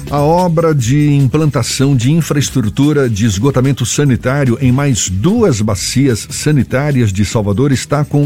A obra de implantação de infraestrutura de esgotamento sanitário em mais 2 bacias sanitárias de Salvador está com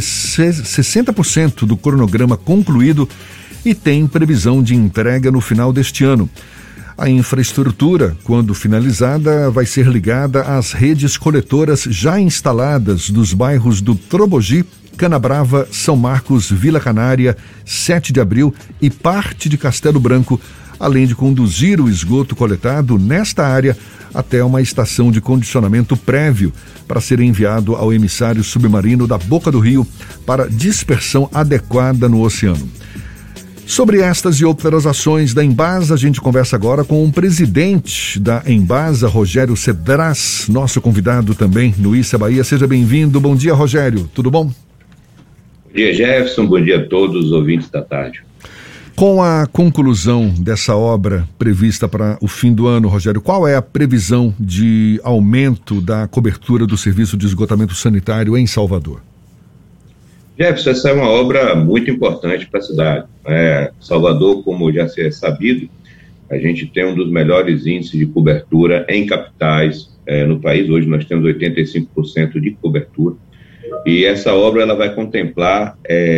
60% do cronograma concluído e tem previsão de entrega no final deste ano. A infraestrutura, quando finalizada, vai ser ligada às redes coletoras já instaladas nos bairros do Trobogi, Canabrava, São Marcos, Vila Canária, 7 de Abril e parte de Castelo Branco, além de conduzir o esgoto coletado nesta área até uma estação de condicionamento prévio para ser enviado ao emissário submarino da Boca do Rio para dispersão adequada no oceano. Sobre estas e outras ações da Embasa, a gente conversa agora com o presidente da Embasa, Rogério Cedras, nosso convidado também no Issa Bahia. Seja bem-vindo. Bom dia, Rogério. Tudo bom? Bom dia, Jefferson. Bom dia a todos os ouvintes da tarde. Com a conclusão dessa obra prevista para o fim do ano, Rogério, qual é a previsão de aumento da cobertura do serviço de esgotamento sanitário em Salvador? Jefferson, essa é uma obra muito importante para a cidade. Salvador, como já é sabido, a gente tem um dos melhores índices de cobertura em capitais no país. Hoje nós temos 85% de cobertura. E essa obra ela vai contemplar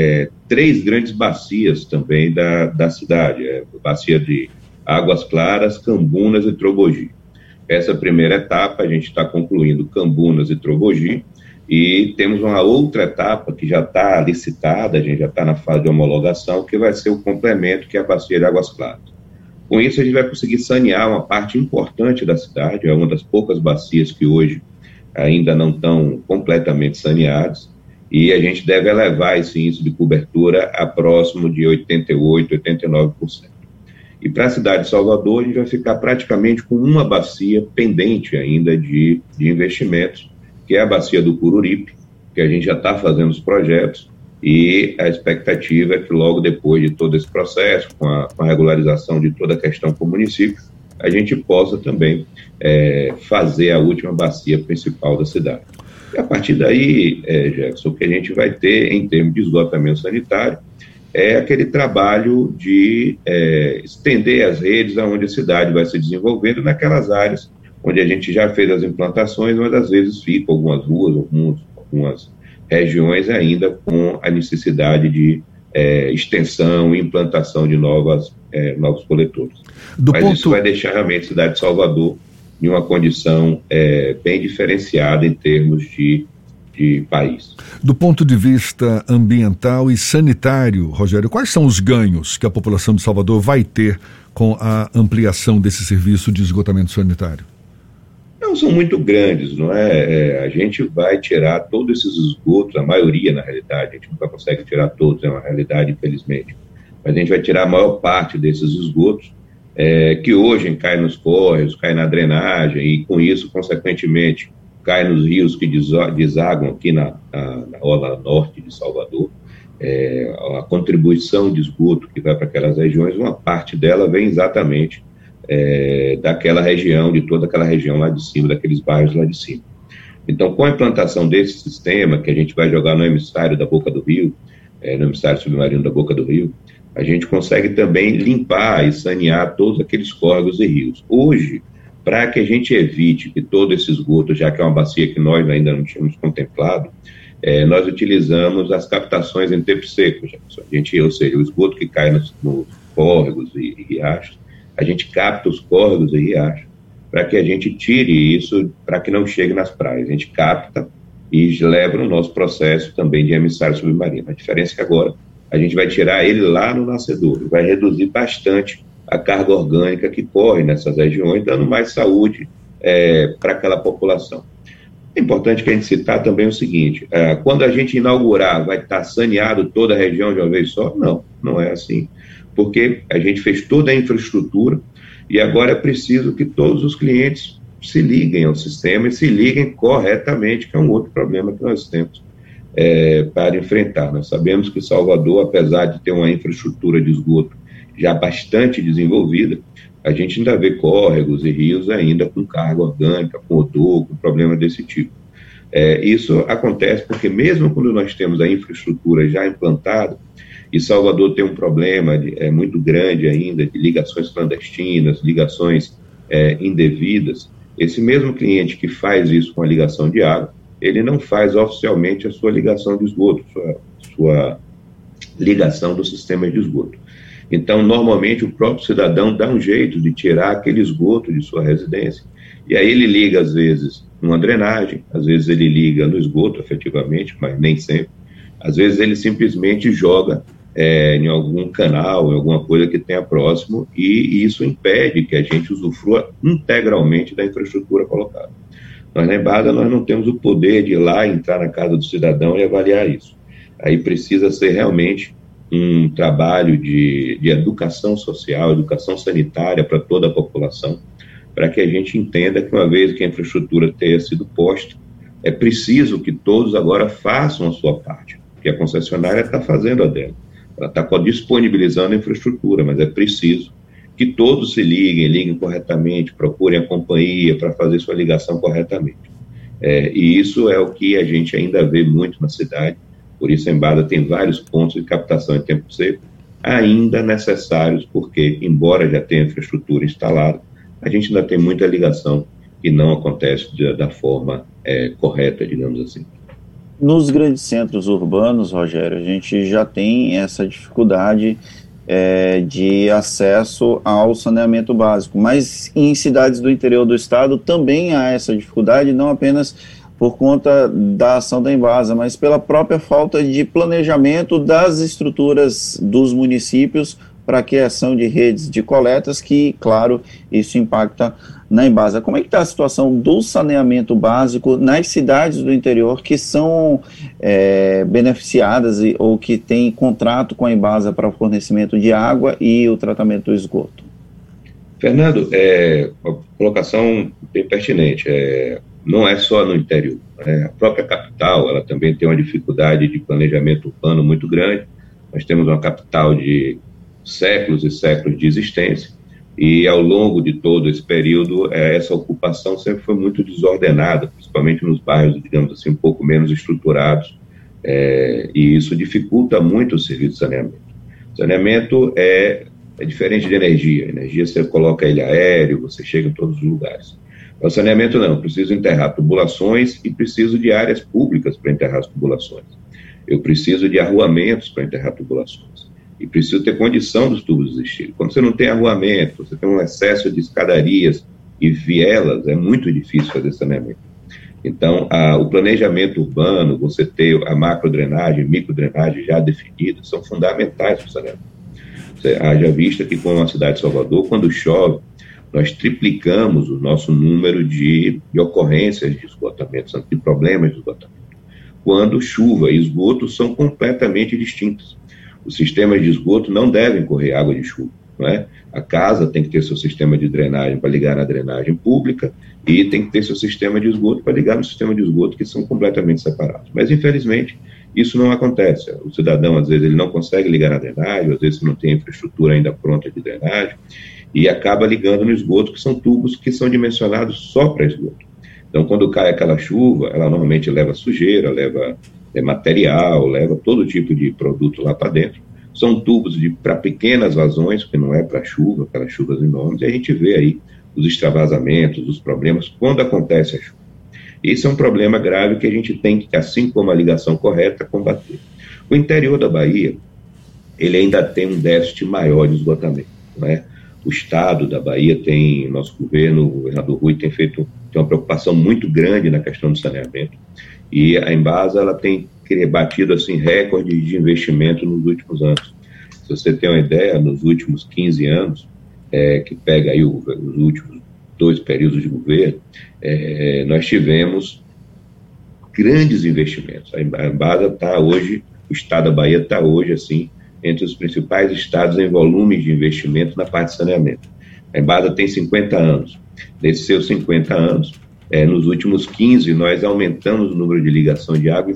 3 grandes bacias também da cidade, bacia de Águas Claras, Cambunas e Trobogi. Essa primeira etapa a gente está concluindo Cambunas e Trobogi, e temos uma outra etapa que já está licitada, a gente já está na fase de homologação, que vai ser o complemento, que é a bacia de Águas Claras. Com isso a gente vai conseguir sanear uma parte importante da cidade, é uma das poucas bacias que hoje ainda não estão completamente saneados, e a gente deve elevar esse índice de cobertura a próximo de 88%, 89%. E para a cidade de Salvador, a gente vai ficar praticamente com uma bacia pendente ainda de investimentos, que é a bacia do Cururipe, que a gente já está fazendo os projetos, e a expectativa é que logo depois de todo esse processo, com a regularização de toda a questão com o município, a gente possa também fazer a última bacia principal da cidade. E a partir daí, Jefferson, o que a gente vai ter em termos de esgotamento sanitário é aquele trabalho de estender as redes aonde a cidade vai se desenvolvendo, naquelas áreas onde a gente já fez as implantações, mas às vezes ficam algumas ruas, algumas regiões ainda com a necessidade de extensão e implantação de novos coletores. Isso vai deixar realmente a cidade de Salvador em uma condição bem diferenciada em termos de país. Do ponto de vista ambiental e sanitário, Rogério, quais são os ganhos que a população de Salvador vai ter com a ampliação desse serviço de esgotamento sanitário? Não são muito grandes, não é? A gente vai tirar todos esses esgotos, a maioria na realidade, a gente nunca consegue tirar todos, é uma realidade infelizmente, mas a gente vai tirar a maior parte desses esgotos que hoje cai nos córregos, cai na drenagem e com isso, consequentemente, cai nos rios que desaguam aqui na orla norte de Salvador. A contribuição de esgoto que vai para aquelas regiões, uma parte dela vem exatamente daquela região, de toda aquela região lá de cima, daqueles bairros lá de cima. Então, com a implantação desse sistema, que a gente vai jogar no emissário da Boca do Rio, no emissário submarino da Boca do Rio, a gente consegue também limpar e sanear todos aqueles córregos e rios. Hoje, para que a gente evite que todo esse esgoto, já que é uma bacia que nós ainda não tínhamos contemplado, nós utilizamos as captações em tempo seco. Ou seja, o esgoto que cai nos córregos e riachos, a gente capta os córregos e riachos para que a gente tire isso, para que não chegue nas praias. A gente capta e leva no nosso processo também de emissário submarino. A diferença é que agora a gente vai tirar ele lá no nascedor, vai reduzir bastante a carga orgânica que corre nessas regiões, dando mais saúde para aquela população. É importante que a gente citar também o seguinte, quando a gente inaugurar, vai estar saneado toda a região de uma vez só? Não, não é assim, porque a gente fez toda a infraestrutura e agora é preciso que todos os clientes se liguem ao sistema e se liguem corretamente, que é um outro problema que nós temos para enfrentar. Nós sabemos que Salvador, apesar de ter uma infraestrutura de esgoto já bastante desenvolvida, a gente ainda vê córregos e rios ainda com carga orgânica, com odor, com problema desse tipo. Isso acontece porque mesmo quando nós temos a infraestrutura já implantada, e Salvador tem um problema muito grande ainda de ligações clandestinas, ligações indevidas. Esse mesmo cliente que faz isso com a ligação de água, ele não faz oficialmente a sua ligação de esgoto, sua ligação do sistema de esgoto. Então, normalmente, o próprio cidadão dá um jeito de tirar aquele esgoto de sua residência. E aí ele liga, às vezes, numa drenagem, às vezes ele liga no esgoto, efetivamente, mas nem sempre. Às vezes ele simplesmente joga em algum canal, em alguma coisa que tenha próximo, e isso impede que a gente usufrua integralmente da infraestrutura colocada. Nós, na Embasa, nós não temos o poder de ir lá, entrar na casa do cidadão e avaliar isso. Aí precisa ser realmente um trabalho de educação social, educação sanitária para toda a população, para que a gente entenda que uma vez que a infraestrutura tenha sido posta, é preciso que todos agora façam a sua parte, porque a concessionária está fazendo a dela, ela está disponibilizando a infraestrutura, mas é preciso que todos se liguem corretamente, procurem a companhia para fazer sua ligação corretamente. E isso é o que a gente ainda vê muito na cidade. Por isso, a Embasa tem vários pontos de captação em tempo seco, ainda necessários, porque, embora já tenha infraestrutura instalada, a gente ainda tem muita ligação que não acontece da forma correta, digamos assim. Nos grandes centros urbanos, Rogério, a gente já tem essa dificuldade de acesso ao saneamento básico, mas em cidades do interior do estado também há essa dificuldade, não apenas por conta da ação da Embasa, mas pela própria falta de planejamento das estruturas dos municípios para a criação de redes de coletas, que, claro, isso impacta na Embasa. Como é que está a situação do saneamento básico nas cidades do interior que são beneficiadas ou que têm contrato com a Embasa para o fornecimento de água e o tratamento do esgoto? Fernando, uma colocação bem pertinente. Não é só no interior. A própria capital, ela também tem uma dificuldade de planejamento urbano muito grande. Nós temos uma capital de séculos e séculos de existência, e ao longo de todo esse período, essa ocupação sempre foi muito desordenada, principalmente nos bairros, digamos assim, um pouco menos estruturados, e isso dificulta muito o serviço de saneamento. Saneamento é diferente de energia. Energia você coloca ele aéreo, você chega em todos os lugares. O saneamento não, eu preciso enterrar tubulações e preciso de áreas públicas para enterrar as tubulações. Eu preciso de arruamentos para enterrar tubulações. E preciso ter condição dos tubos existirem. Quando você não tem arruamento, você tem um excesso de escadarias e vielas, é muito difícil fazer saneamento. Então, o planejamento urbano, você ter a macrodrenagem, microdrenagem já definidas, são fundamentais para o saneamento. Você haja vista que, como a cidade de Salvador, quando chove, nós triplicamos o nosso número de ocorrências de esgotamento, de problemas de esgotamento. Quando chuva e esgoto são completamente distintos. Os sistemas de esgoto não devem correr água de chuva, não é? A casa tem que ter seu sistema de drenagem para ligar na drenagem pública e tem que ter seu sistema de esgoto para ligar no sistema de esgoto, que são completamente separados. Mas, infelizmente, isso não acontece. O cidadão, às vezes, ele não consegue ligar na drenagem, às vezes não tem infraestrutura ainda pronta de drenagem, e acaba ligando no esgoto, que são tubos que são dimensionados só para esgoto. Então, quando cai aquela chuva, ela normalmente leva sujeira, leva material, leva todo tipo de produto lá para dentro. São tubos para pequenas vazões, que não é para chuva, aquelas chuvas enormes, e a gente vê aí os extravasamentos, os problemas, quando acontece a chuva. Esse é um problema grave que a gente tem que, assim como a ligação correta, combater. O interior da Bahia, ele ainda tem um déficit maior de esgotamento, não é? O estado da Bahia tem, nosso governo, o governador Rui, tem uma preocupação muito grande na questão do saneamento, e a Embasa, ela tem batido assim, recordes de investimento nos últimos anos. Se você tem uma ideia, nos últimos 15 anos, que pega aí os últimos 2 períodos de governo, nós tivemos grandes investimentos. A Embasa está hoje, o estado da Bahia está hoje, assim, entre os principais estados em volumes de investimento na parte de saneamento. A Embasa tem 50 anos. Nesses seus 50 anos, nos últimos 15, nós aumentamos o número de ligação de água em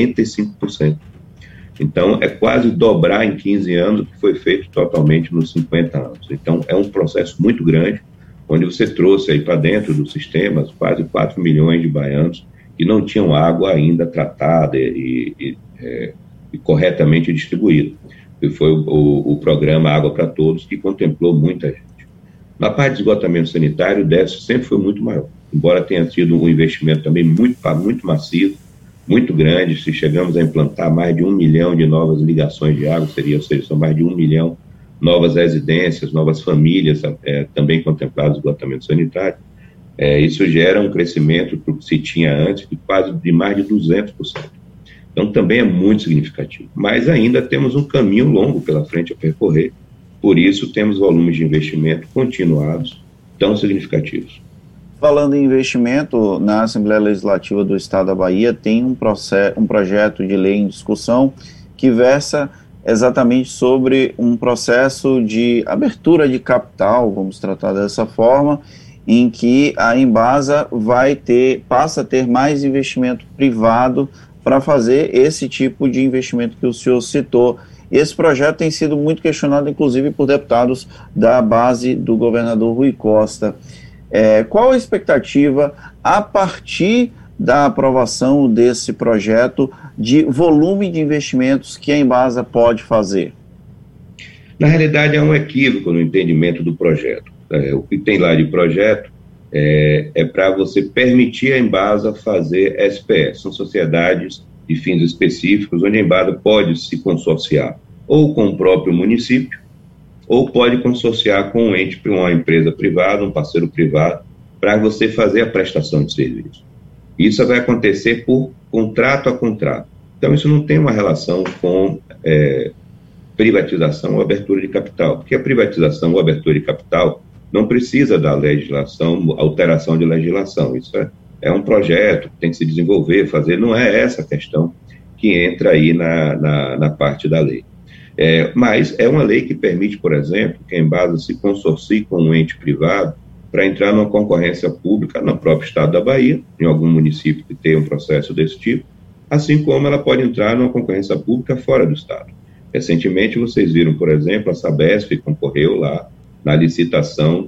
75%. Então, é quase dobrar em 15 anos o que foi feito totalmente nos 50 anos. Então, é um processo muito grande, onde você trouxe aí para dentro dos sistemas quase 4 milhões de baianos que não tinham água ainda tratada e corretamente distribuída. que foi o programa Água para Todos, que contemplou muita gente. Na parte de esgotamento sanitário, o déficit sempre foi muito maior, embora tenha sido um investimento também muito massivo, muito grande. Se chegamos a implantar mais de 1 milhão de novas ligações de água, ou seja, são mais de 1 milhão novas residências, novas famílias também contempladas no esgotamento sanitário. Isso gera um crescimento do que se tinha antes de mais de 200%. Então também é muito significativo, mas ainda temos um caminho longo pela frente a percorrer. Por isso, temos volumes de investimento continuados tão significativos. Falando em investimento, na Assembleia Legislativa do Estado da Bahia tem um projeto de lei em discussão que versa exatamente sobre um processo de abertura de capital, vamos tratar dessa forma, em que a Embasa passa a ter mais investimento privado para fazer esse tipo de investimento que o senhor citou. Esse projeto tem sido muito questionado, inclusive, por deputados da base do governador Rui Costa. Qual a expectativa, a partir da aprovação desse projeto, de volume de investimentos que a Embasa pode fazer? Na realidade, é um equívoco no entendimento do projeto. O que tem lá de projeto é para você permitir a Embasa fazer SPS, são sociedades de fins específicos, onde a Embasa pode se consorciar ou com o próprio município, ou pode consorciar com uma empresa privada, um parceiro privado, para você fazer a prestação de serviço. Isso vai acontecer por contrato a contrato. Então, isso não tem uma relação com privatização ou abertura de capital, porque a privatização ou abertura de capital não precisa da legislação, alteração de legislação. Isso é um projeto que tem que se desenvolver, fazer, não é essa a questão que entra aí na parte da lei. Mas é uma lei que permite, por exemplo, que a Embasa se consorcie com um ente privado para entrar numa concorrência pública no próprio estado da Bahia, em algum município que tenha um processo desse tipo, assim como ela pode entrar numa concorrência pública fora do estado. Recentemente, vocês viram, por exemplo, a Sabesp concorreu lá na licitação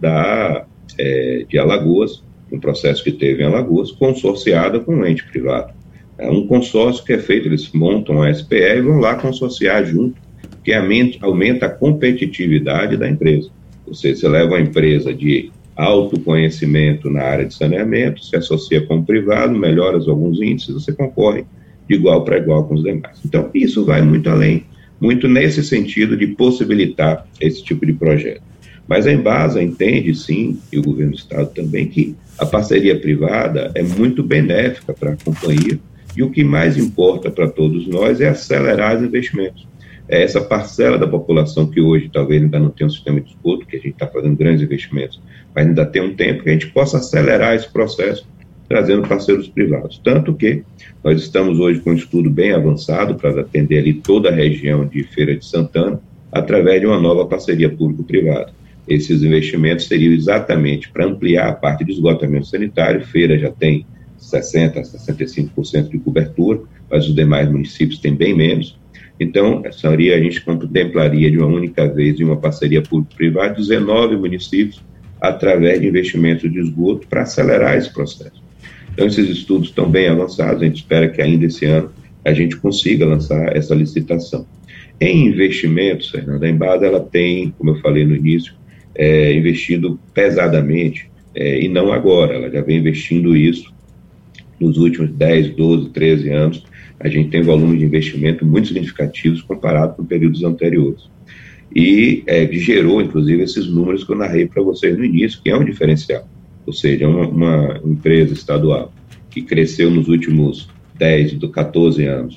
de Alagoas, um processo que teve em Alagoas, consorciada com um ente privado. É um consórcio que é feito, eles montam a SPE e vão lá consorciar junto, que aumenta a competitividade da empresa. Você leva uma empresa de alto conhecimento na área de saneamento, se associa com o privado, melhora alguns índices, você concorre de igual para igual com os demais. Então, isso vai muito além, muito nesse sentido de possibilitar esse tipo de projeto. Mas a Embasa entende, sim, e o governo do estado também, que a parceria privada é muito benéfica para a companhia, e o que mais importa para todos nós é acelerar os investimentos. É essa parcela da população que hoje talvez ainda não tenha um sistema de esgoto, que a gente está fazendo grandes investimentos, mas ainda tem um tempo que a gente possa acelerar esse processo, trazendo parceiros privados. Tanto que nós estamos hoje com um estudo bem avançado para atender ali toda a região de Feira de Santana, através de uma nova parceria público-privada. Esses investimentos seriam exatamente para ampliar a parte de esgotamento sanitário. Feira já tem 60% a 65% de cobertura, mas os demais municípios têm bem menos. Então, a gente contemplaria de uma única vez, em uma parceria público-privada, 19 municípios, através de investimentos de esgoto, para acelerar esse processo. Então, esses estudos estão bem avançados, a gente espera que ainda esse ano a gente consiga lançar essa licitação. Em investimentos, Fernanda, a Embasa, ela tem, como eu falei no início, investido pesadamente, e não agora, ela já vem investindo isso nos últimos 10, 12, 13 anos. A gente tem volume de investimento muito significativos comparado com períodos anteriores. E gerou, inclusive, esses números que eu narrei para vocês no início, que é um diferencial. Ou seja, uma empresa estadual que cresceu nos últimos 10, 14 anos,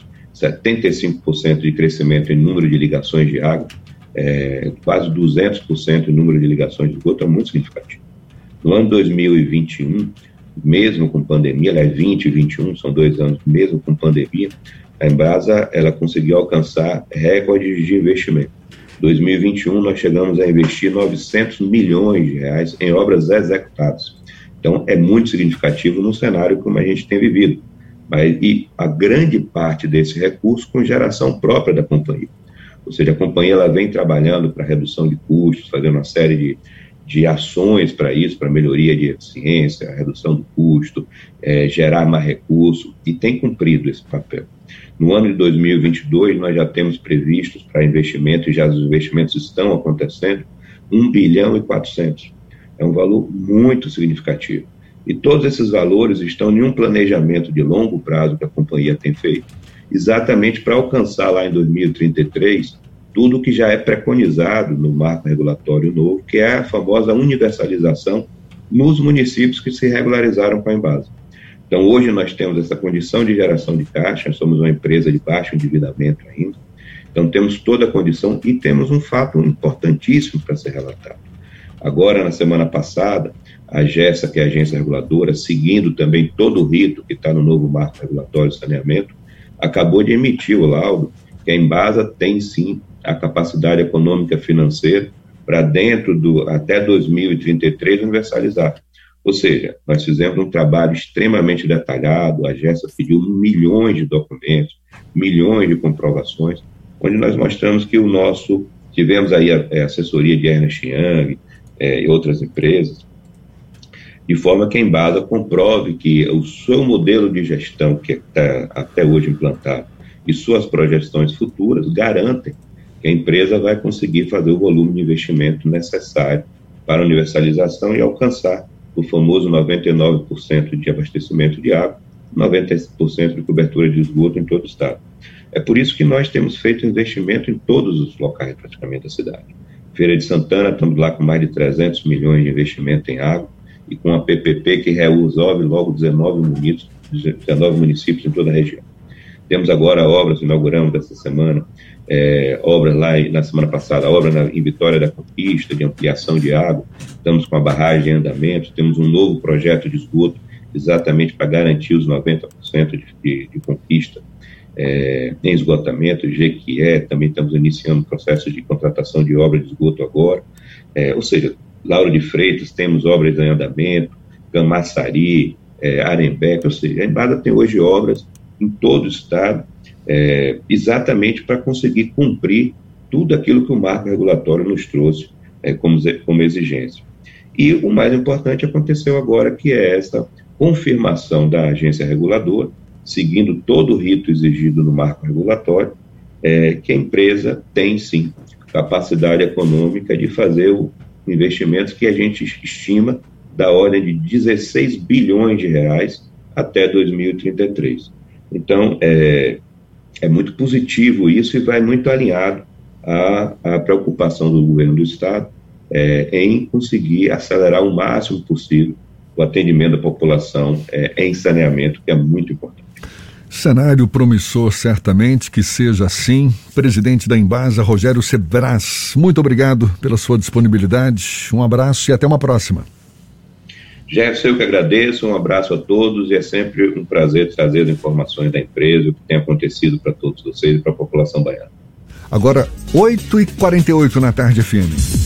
75% de crescimento em número de ligações de água, quase 200% em número de ligações de esgoto, é muito significativo. No ano 2021, mesmo com pandemia, 20 e 21, são 2 anos, mesmo com pandemia, a Embasa ela conseguiu alcançar recordes de investimento. Em 2021, nós chegamos a investir 900 milhões de reais em obras executadas. Então, é muito significativo no cenário como a gente tem vivido. E a grande parte desse recurso com geração própria da companhia. Ou seja, a companhia ela vem trabalhando para redução de custos, fazendo uma série de ações para isso, para melhoria de eficiência, redução do custo, gerar mais recurso, e tem cumprido esse papel. No ano de 2022, nós já temos previstos para investimento, e já os investimentos estão acontecendo, 1 bilhão e 400. É um valor muito significativo. E todos esses valores estão em um planejamento de longo prazo que a companhia tem feito, exatamente para alcançar lá em 2033 tudo que já é preconizado no marco regulatório novo, que é a famosa universalização nos municípios que se regularizaram com a Embasa. Então, hoje nós temos essa condição de geração de caixa, somos uma empresa de baixo endividamento ainda, então temos toda a condição e temos um fato importantíssimo para ser relatado. Agora, na semana passada, a AGESA, que é a agência reguladora, seguindo também todo o rito que está no novo marco regulatório de saneamento, acabou de emitir o laudo que a Embasa tem sim a capacidade econômica financeira para dentro até 2033 universalizar. Ou seja, nós fizemos um trabalho extremamente detalhado, a AGESA pediu milhões de documentos, milhões de comprovações, onde nós mostramos que tivemos aí a assessoria de Ernst Young e outras empresas, de forma que a Embasa comprove que o seu modelo de gestão que está até hoje implantado e suas projeções futuras garantem que a empresa vai conseguir fazer o volume de investimento necessário para a universalização e alcançar o famoso 99% de abastecimento de água, 90% de cobertura de esgoto em todo o estado. É por isso que nós temos feito investimento em todos os locais praticamente da cidade. Feira de Santana, estamos lá com mais de 300 milhões de investimento em água e com a PPP que resolve logo 19 municípios em toda a região. Temos agora obras, inauguramos essa semana, obras lá na semana passada, obra em Vitória da Conquista, de ampliação de água, estamos com a barragem em andamento, temos um novo projeto de esgoto, exatamente para garantir os 90% de conquista em esgotamento, Jequié, também estamos iniciando o processo de contratação de obra de esgoto agora, ou seja, Lauro de Freitas, temos obras em andamento, Camaçari, Arembepe, ou seja, a Embasa tem hoje obras em todo o estado, exatamente para conseguir cumprir tudo aquilo que o marco regulatório nos trouxe como exigência. E o mais importante aconteceu agora, que é essa confirmação da agência reguladora, seguindo todo o rito exigido no marco regulatório, que a empresa tem sim capacidade econômica de fazer investimentos que a gente estima da ordem de 16 bilhões de reais até 2033. Então, é muito positivo isso e vai muito alinhado à preocupação do governo do Estado em conseguir acelerar o máximo possível o atendimento da população em saneamento, que é muito importante. Cenário promissor, certamente que seja assim. Presidente da Embasa, Rogério Cebraz, muito obrigado pela sua disponibilidade. Um abraço e até uma próxima. Jefferson, eu que agradeço, um abraço a todos e é sempre um prazer trazer as informações da empresa, o que tem acontecido para todos vocês e para a população baiana. Agora, 8h48 na tarde, FM.